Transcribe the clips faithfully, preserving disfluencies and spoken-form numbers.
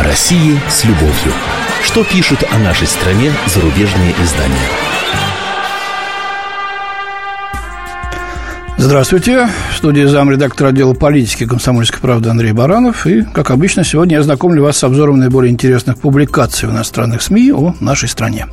О России с любовью. Что пишут о нашей стране зарубежные издания? Здравствуйте. В студии замредактора отдела политики «Комсомольской правды» Андрей Баранов. И, как обычно, сегодня я знакомлю вас с обзором наиболее интересных публикаций в иностранных СМИ о нашей стране.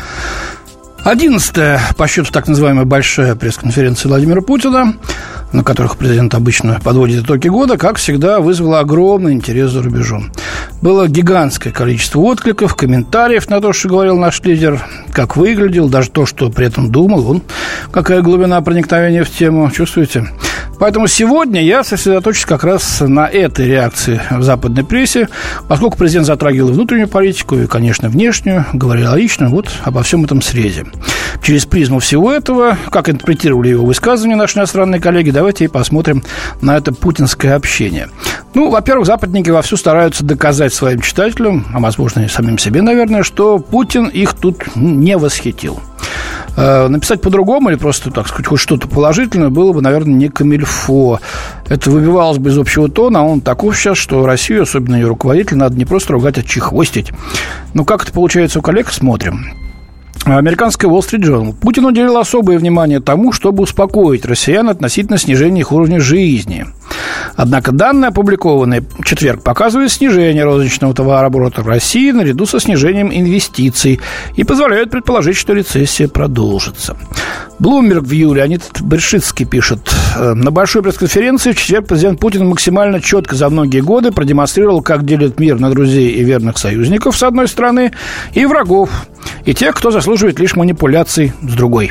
Одиннадцатая по счету так называемая большая пресс-конференция Владимира Путина, на которых президент обычно подводит итоги года, как всегда, вызвала огромный интерес за рубежом. Было гигантское количество откликов, комментариев на то, что говорил наш лидер, как выглядел, даже то, что при этом думал. Вон, какая глубина проникновения в тему, чувствуете? Поэтому сегодня я сосредоточусь как раз на этой реакции в западной прессе, поскольку президент затрагивал и внутреннюю политику, и, конечно, внешнюю, говорил о личном, вот обо всем этом срезе. Через призму всего этого, как интерпретировали его высказывания наши иностранные коллеги, давайте и посмотрим на это путинское общение. Ну, во-первых, западники вовсю стараются доказать своим читателям, а, возможно, и самим себе, наверное, что Путин их тут не восхитил. Написать по-другому или просто, так сказать, хоть что-то положительное было бы, наверное, не камильфо. Это выбивалось бы из общего тона, а он таков сейчас, что Россию, особенно ее руководителя, надо не просто ругать, а чехвостить. Ну, как это получается у коллег, смотрим. Американская Wall Street Journal. Путин уделил особое внимание тому, чтобы успокоить россиян относительно снижения их уровня жизни. Однако данные, опубликованные в четверг, показывают снижение розничного товарооборота в России наряду со снижением инвестиций и позволяют предположить, что рецессия продолжится. Bloomberg в июле, Леонид Бершицкий пишет: на большой пресс-конференции в четверг президент Путин максимально четко за многие годы продемонстрировал, как делит мир на друзей и верных союзников с одной стороны и врагов, и тех, кто заслуживает лишь манипуляций с другой.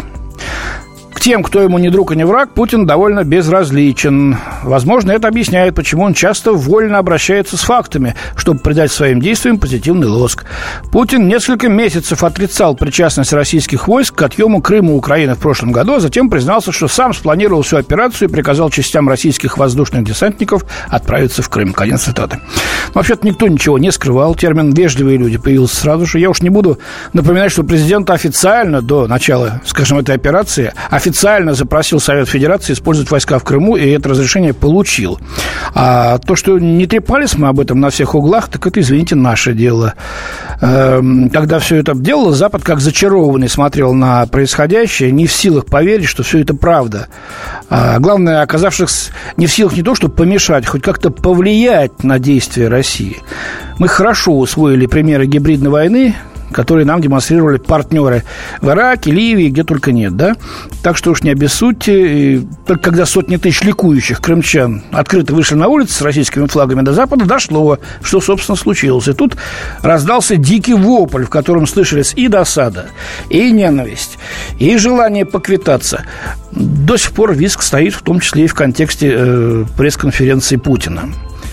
К тем, кто ему не друг и не враг, Путин довольно безразличен. Возможно, это объясняет, почему он часто вольно обращается с фактами, чтобы придать своим действиям позитивный лоск. Путин несколько месяцев отрицал причастность российских войск к отъему Крыма у Украины в прошлом году, а затем признался, что сам спланировал всю операцию и приказал частям российских воздушных десантников отправиться в Крым. Конец цитаты. Вообще-то никто ничего не скрывал. Термин «вежливые люди» появился сразу же. Я уж не буду напоминать, что президент официально до начала, скажем, этой операции официально запросил Совет Федерации использовать войска в Крыму, и это разрешение получил. А то, что не трепались мы об этом на всех углах, так это, извините, наше дело. Когда все это делало, Запад, как зачарованный, смотрел на происходящее, не в силах поверить, что все это правда. А главное, оказавшись не в силах не то, чтобы помешать, хоть как-то повлиять на действия России. Мы хорошо усвоили примеры гибридной войны, которые нам демонстрировали партнеры в Ираке, Ливии, где только нет, да? Так что уж не обессудьте. И только когда сотни тысяч ликующих крымчан открыто вышли на улицы с российскими флагами, до Запада дошло, что, собственно, случилось. И тут раздался дикий вопль, в котором слышались и досада, и ненависть, и желание поквитаться. До сих пор визг стоит, в том числе и в контексте э, пресс-конференции Путина.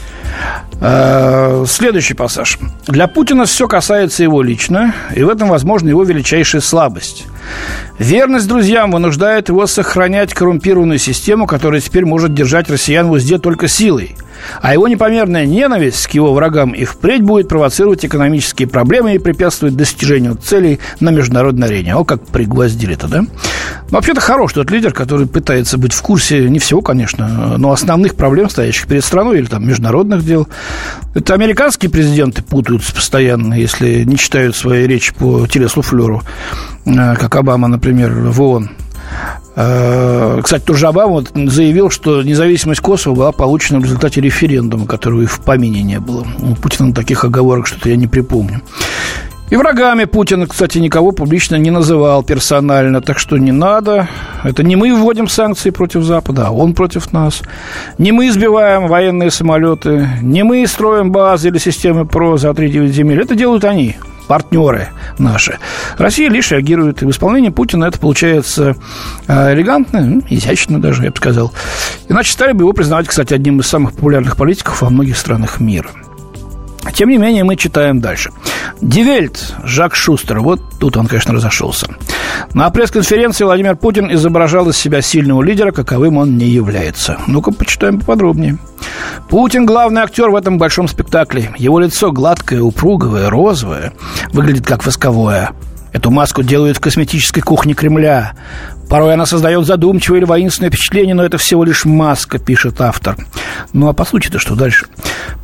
Следующий пассаж. Для Путина все касается его лично, и в этом, возможно, его величайшая слабость. Верность друзьям вынуждает его сохранять коррумпированную систему, которая теперь может держать россиян в узде только силой. А его непомерная ненависть к его врагам и впредь будет провоцировать экономические проблемы и препятствовать достижению целей на международной арене. О, как пригвоздили-то, да? Вообще-то хорош тот лидер, который пытается быть в курсе не всего, конечно, но основных проблем, стоящих перед страной или там международных дел. Это американские президенты путаются постоянно, если не читают свои речи по телесуфлеру, как Обама, например, в ООН. Кстати, тот же Обама заявил, что независимость Косово была получена в результате референдума, которого и в помине не было. У Путина таких оговорок что-то я не припомню. И врагами Путин, кстати, никого публично не называл персонально, так что не надо. Это не мы вводим санкции против Запада, а он против нас. Не мы избиваем военные самолеты, не мы строим базы или системы ПРО за три-девять земель. Это делают они, партнеры наши. Россия лишь реагирует. И в исполнении Путина это получается элегантно, изящно даже, я бы сказал. Иначе стали бы его признавать, кстати, одним из самых популярных политиков во многих странах мира. Тем не менее, мы читаем дальше. Die Welt, Жак Шустер. Вот тут он, конечно, разошелся. На пресс-конференции Владимир Путин изображал из себя сильного лидера, каковым он не является. Ну-ка, почитаем поподробнее. Путин – главный актер в этом большом спектакле. Его лицо гладкое, упруговое, розовое, выглядит как восковое. Эту маску делают в косметической кухне Кремля. Порой она создает задумчивое или воинственное впечатление, но это всего лишь маска, пишет автор. Ну, а по сути-то что дальше?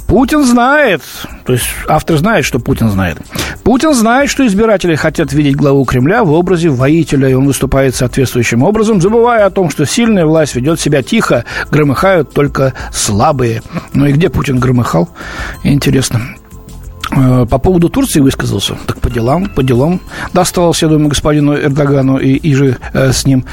Путин знает, то есть автор знает, что Путин знает. Путин знает, что избиратели хотят видеть главу Кремля в образе воителя, и он выступает соответствующим образом, забывая о том, что сильная власть ведет себя тихо, громыхают только слабые. Ну и где Путин громыхал? Интересно. По поводу Турции высказался. Так по делам, по делам досталось, я думаю, господину Эрдогану и, и же э, с ним.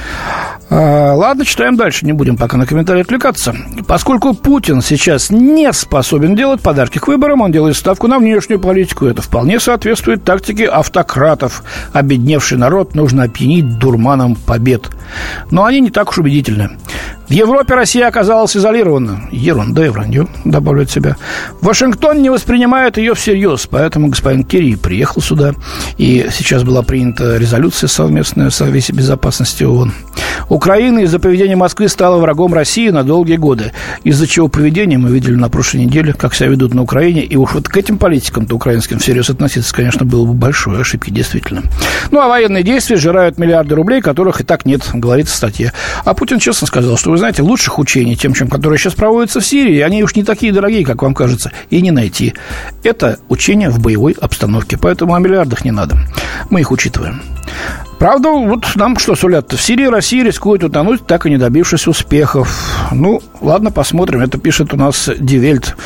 А, ладно, читаем дальше, не будем пока на комментарии отвлекаться. Поскольку Путин сейчас не способен делать подарки к выборам, он делает ставку на внешнюю политику. Это вполне соответствует тактике автократов. Обедневший народ нужно опьянить дурманом побед. Но они не так уж убедительны. В Европе Россия оказалась изолирована. Ерунда и вранье, добавляет себя. Вашингтон не воспринимает ее всерьез, поэтому господин Керри приехал сюда, и сейчас была принята резолюция совместная в Совете Безопасности ООН. Украина из-за поведения Москвы стала врагом России на долгие годы, из-за чего поведение мы видели на прошлой неделе, как себя ведут на Украине, и уж вот к этим политикам-то украинским всерьез относиться, конечно, было бы большой ошибкой, действительно. Ну, а военные действия сжирают миллиарды рублей, которых и так нет, говорится в статье. А Путин честно сказал, что, вы знаете, лучших учений, тем, чем которые сейчас проводятся в Сирии, они уж не такие дорогие, как вам кажется, и не найти. Это учения в боевой обстановке, поэтому о миллиардах не надо. Мы их учитываем. Правда, вот нам что сулят-то? В Сирии Россия рискует утонуть, так и не добившись успехов. Ну, ладно, посмотрим. Это пишет у нас Die Welt,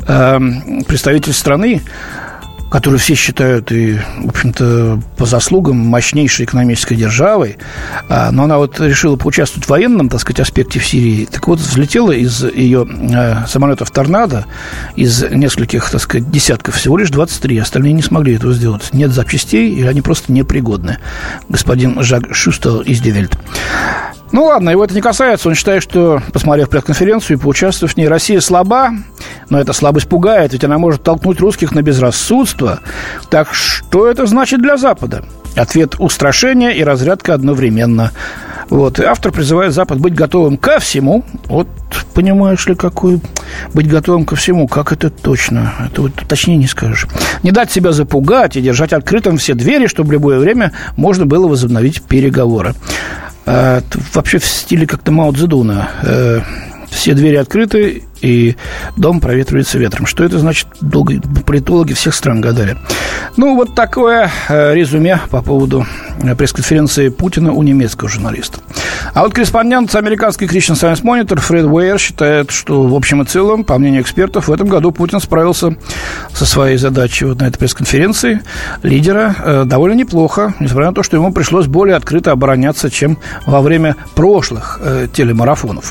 э, представитель страны, которую все считают и, в общем-то, по заслугам мощнейшей экономической державой, но она вот решила поучаствовать в военном, так сказать, аспекте в Сирии. Так вот, взлетела из ее самолетов «Торнадо» из нескольких, так сказать, десятков всего лишь двадцать три. Остальные не смогли этого сделать. Нет запчастей, или они просто непригодны. Господин Жак Шустер из Die Welt. Ну, ладно, его это не касается. Он считает, что, посмотрев пресс-конференцию и поучаствовав в ней, Россия слаба, но эта слабость пугает, ведь она может толкнуть русских на безрассудство. Так что это значит для Запада? Ответ – устрашение и разрядка одновременно. Вот. И автор призывает Запад быть готовым ко всему. Вот, понимаешь ли, какой быть готовым ко всему? Как это точно? Это вот точнее не скажешь. Не дать себя запугать и держать открытым все двери, чтобы в любое время можно было возобновить переговоры. А, вообще в стиле как-то Мао Цзэдуна. А, все двери открыты, и дом проветривается ветром. Что это значит, долго политологи всех стран гадали. Ну, вот такое э, резюме по поводу пресс-конференции Путина у немецкого журналиста. А вот корреспондент американской Christian Science Monitor Фред Уэйер считает, что в общем и целом, по мнению экспертов, в этом году Путин справился со своей задачей вот на этой пресс-конференции лидера э, довольно неплохо, несмотря на то, что ему пришлось более открыто обороняться, чем во время прошлых э, телемарафонов.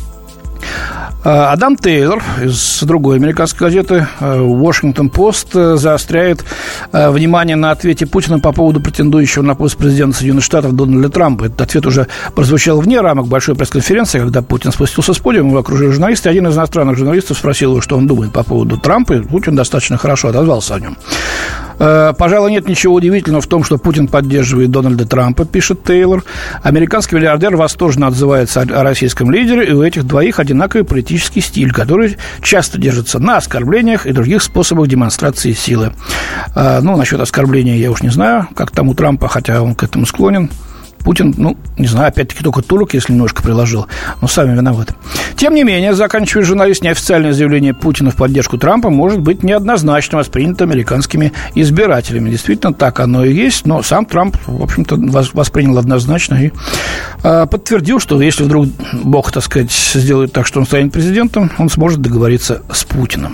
Адам Тейлор из другой американской газеты «Washington Post» заостряет внимание на ответе Путина по поводу претендующего на пост президента Соединенных Штатов Дональда Трампа. Этот ответ уже прозвучал вне рамок большой пресс-конференции, когда Путин спустился с подиума, его окружили журналисты. Один из иностранных журналистов спросил его, что он думает по поводу Трампа, и Путин достаточно хорошо отозвался о нем. Пожалуй, нет ничего удивительного в том, что Путин поддерживает Дональда Трампа, пишет Тейлор. Американский миллиардер восторженно отзывается о российском лидере, и у этих двоих одинаковый политический стиль, который часто держится на оскорблениях и других способах демонстрации силы. Ну, насчет оскорбления я уж не знаю, как там у Трампа, хотя он к этому склонен. Путин, ну, не знаю, опять-таки только турок, если немножко приложил, но сами виноваты. Тем не менее, заканчивает журналист, неофициальное заявление Путина в поддержку Трампа может быть неоднозначно воспринято американскими избирателями. Действительно, так оно и есть, но сам Трамп, в общем-то, воспринял однозначно и э, подтвердил, что если вдруг Бог, так сказать, сделает так, что он станет президентом, он сможет договориться с Путиным.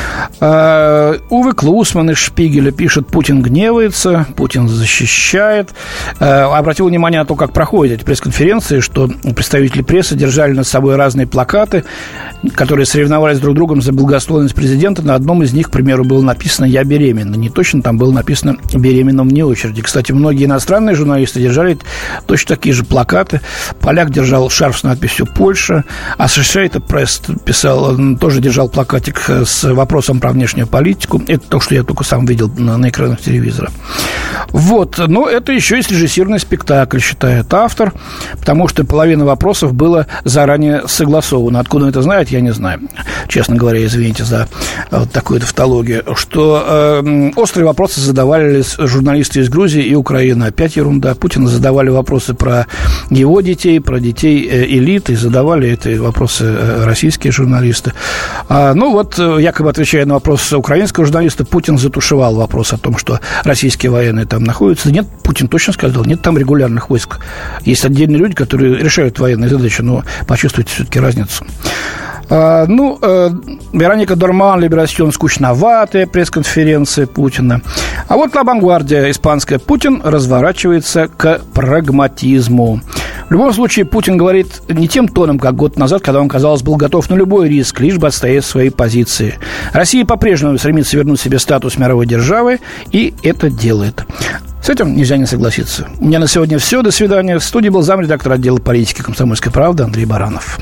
Э, Уве Клусман из Шпигеля пишет: Путин гневается, Путин защищает. Э, обратил внимание на то, как проходят эти пресс-конференции, что представители прессы держали над собой разные плакаты, которые соревновались друг с другом за благосклонность президента. На одном из них, к примеру, было написано «Я беременна». Не точно, там было написано «Беременна вне очереди». Кстати, многие иностранные журналисты держали точно такие же плакаты. Поляк держал шарф с надписью «Польша», Associated Press писал, тоже держал плакатик с вопросом про внешнюю политику. Это то, что я только сам видел на, на экранах телевизора. Вот. Но это еще и срежиссированный спектакль, считает автор, потому что половина вопросов было заранее согласовано. Откуда он это знает, я не знаю. Честно говоря, извините за вот такую тавтологию. Что э, острые вопросы задавали журналисты из Грузии и Украины. Опять ерунда. Путину задавали вопросы про его детей, про детей э, элиты, и задавали эти вопросы э, российские журналисты. А, ну вот, якобы отвечая отвечая на вопрос украинского журналиста, Путин затушевал вопрос о том, что российские военные там находятся. Нет, Путин точно сказал, нет там регулярных войск. Есть отдельные люди, которые решают военные задачи, но почувствуйте все-таки разницу. А, ну, э, Вероника Дорман, Либерасьон, скучноватая пресс-конференция Путина. А вот «Ла Вангвардия» испанская. Путин разворачивается к прагматизму. В любом случае, Путин говорит не тем тоном, как год назад, когда он, казалось, был готов на любой риск, лишь бы отстоять свои позиции. Россия по-прежнему стремится вернуть себе статус мировой державы, и это делает. С этим нельзя не согласиться. У меня на сегодня все. До свидания. В студии был замредактор отдела политики «Комсомольской правды» Андрей Баранов.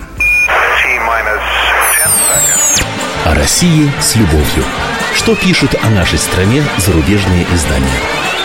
О России с любовью. Что пишут о нашей стране зарубежные издания?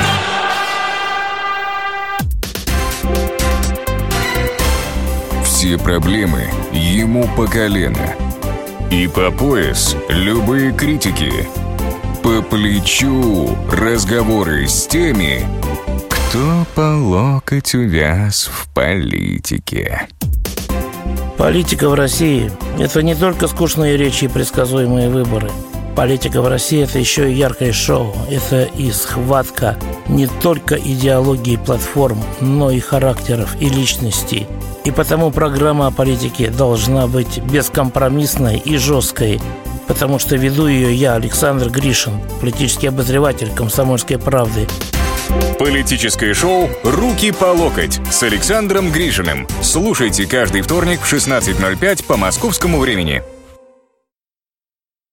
Все проблемы ему по колено. И по пояс любые критики. По плечу разговоры с теми, кто по локоть увяз в политике. Политика в России – это не только скучные речи и предсказуемые выборы. Политика в России – это еще и яркое шоу. Это и схватка не только идеологии платформ, но и характеров и личностей. И потому программа о политике должна быть бескомпромиссной и жесткой, потому что веду ее я, Александр Гришин, политический обозреватель «Комсомольской правды». Политическое шоу «Руки по локоть» с Александром Гришиным. Слушайте каждый вторник в шестнадцать ноль пять по московскому времени.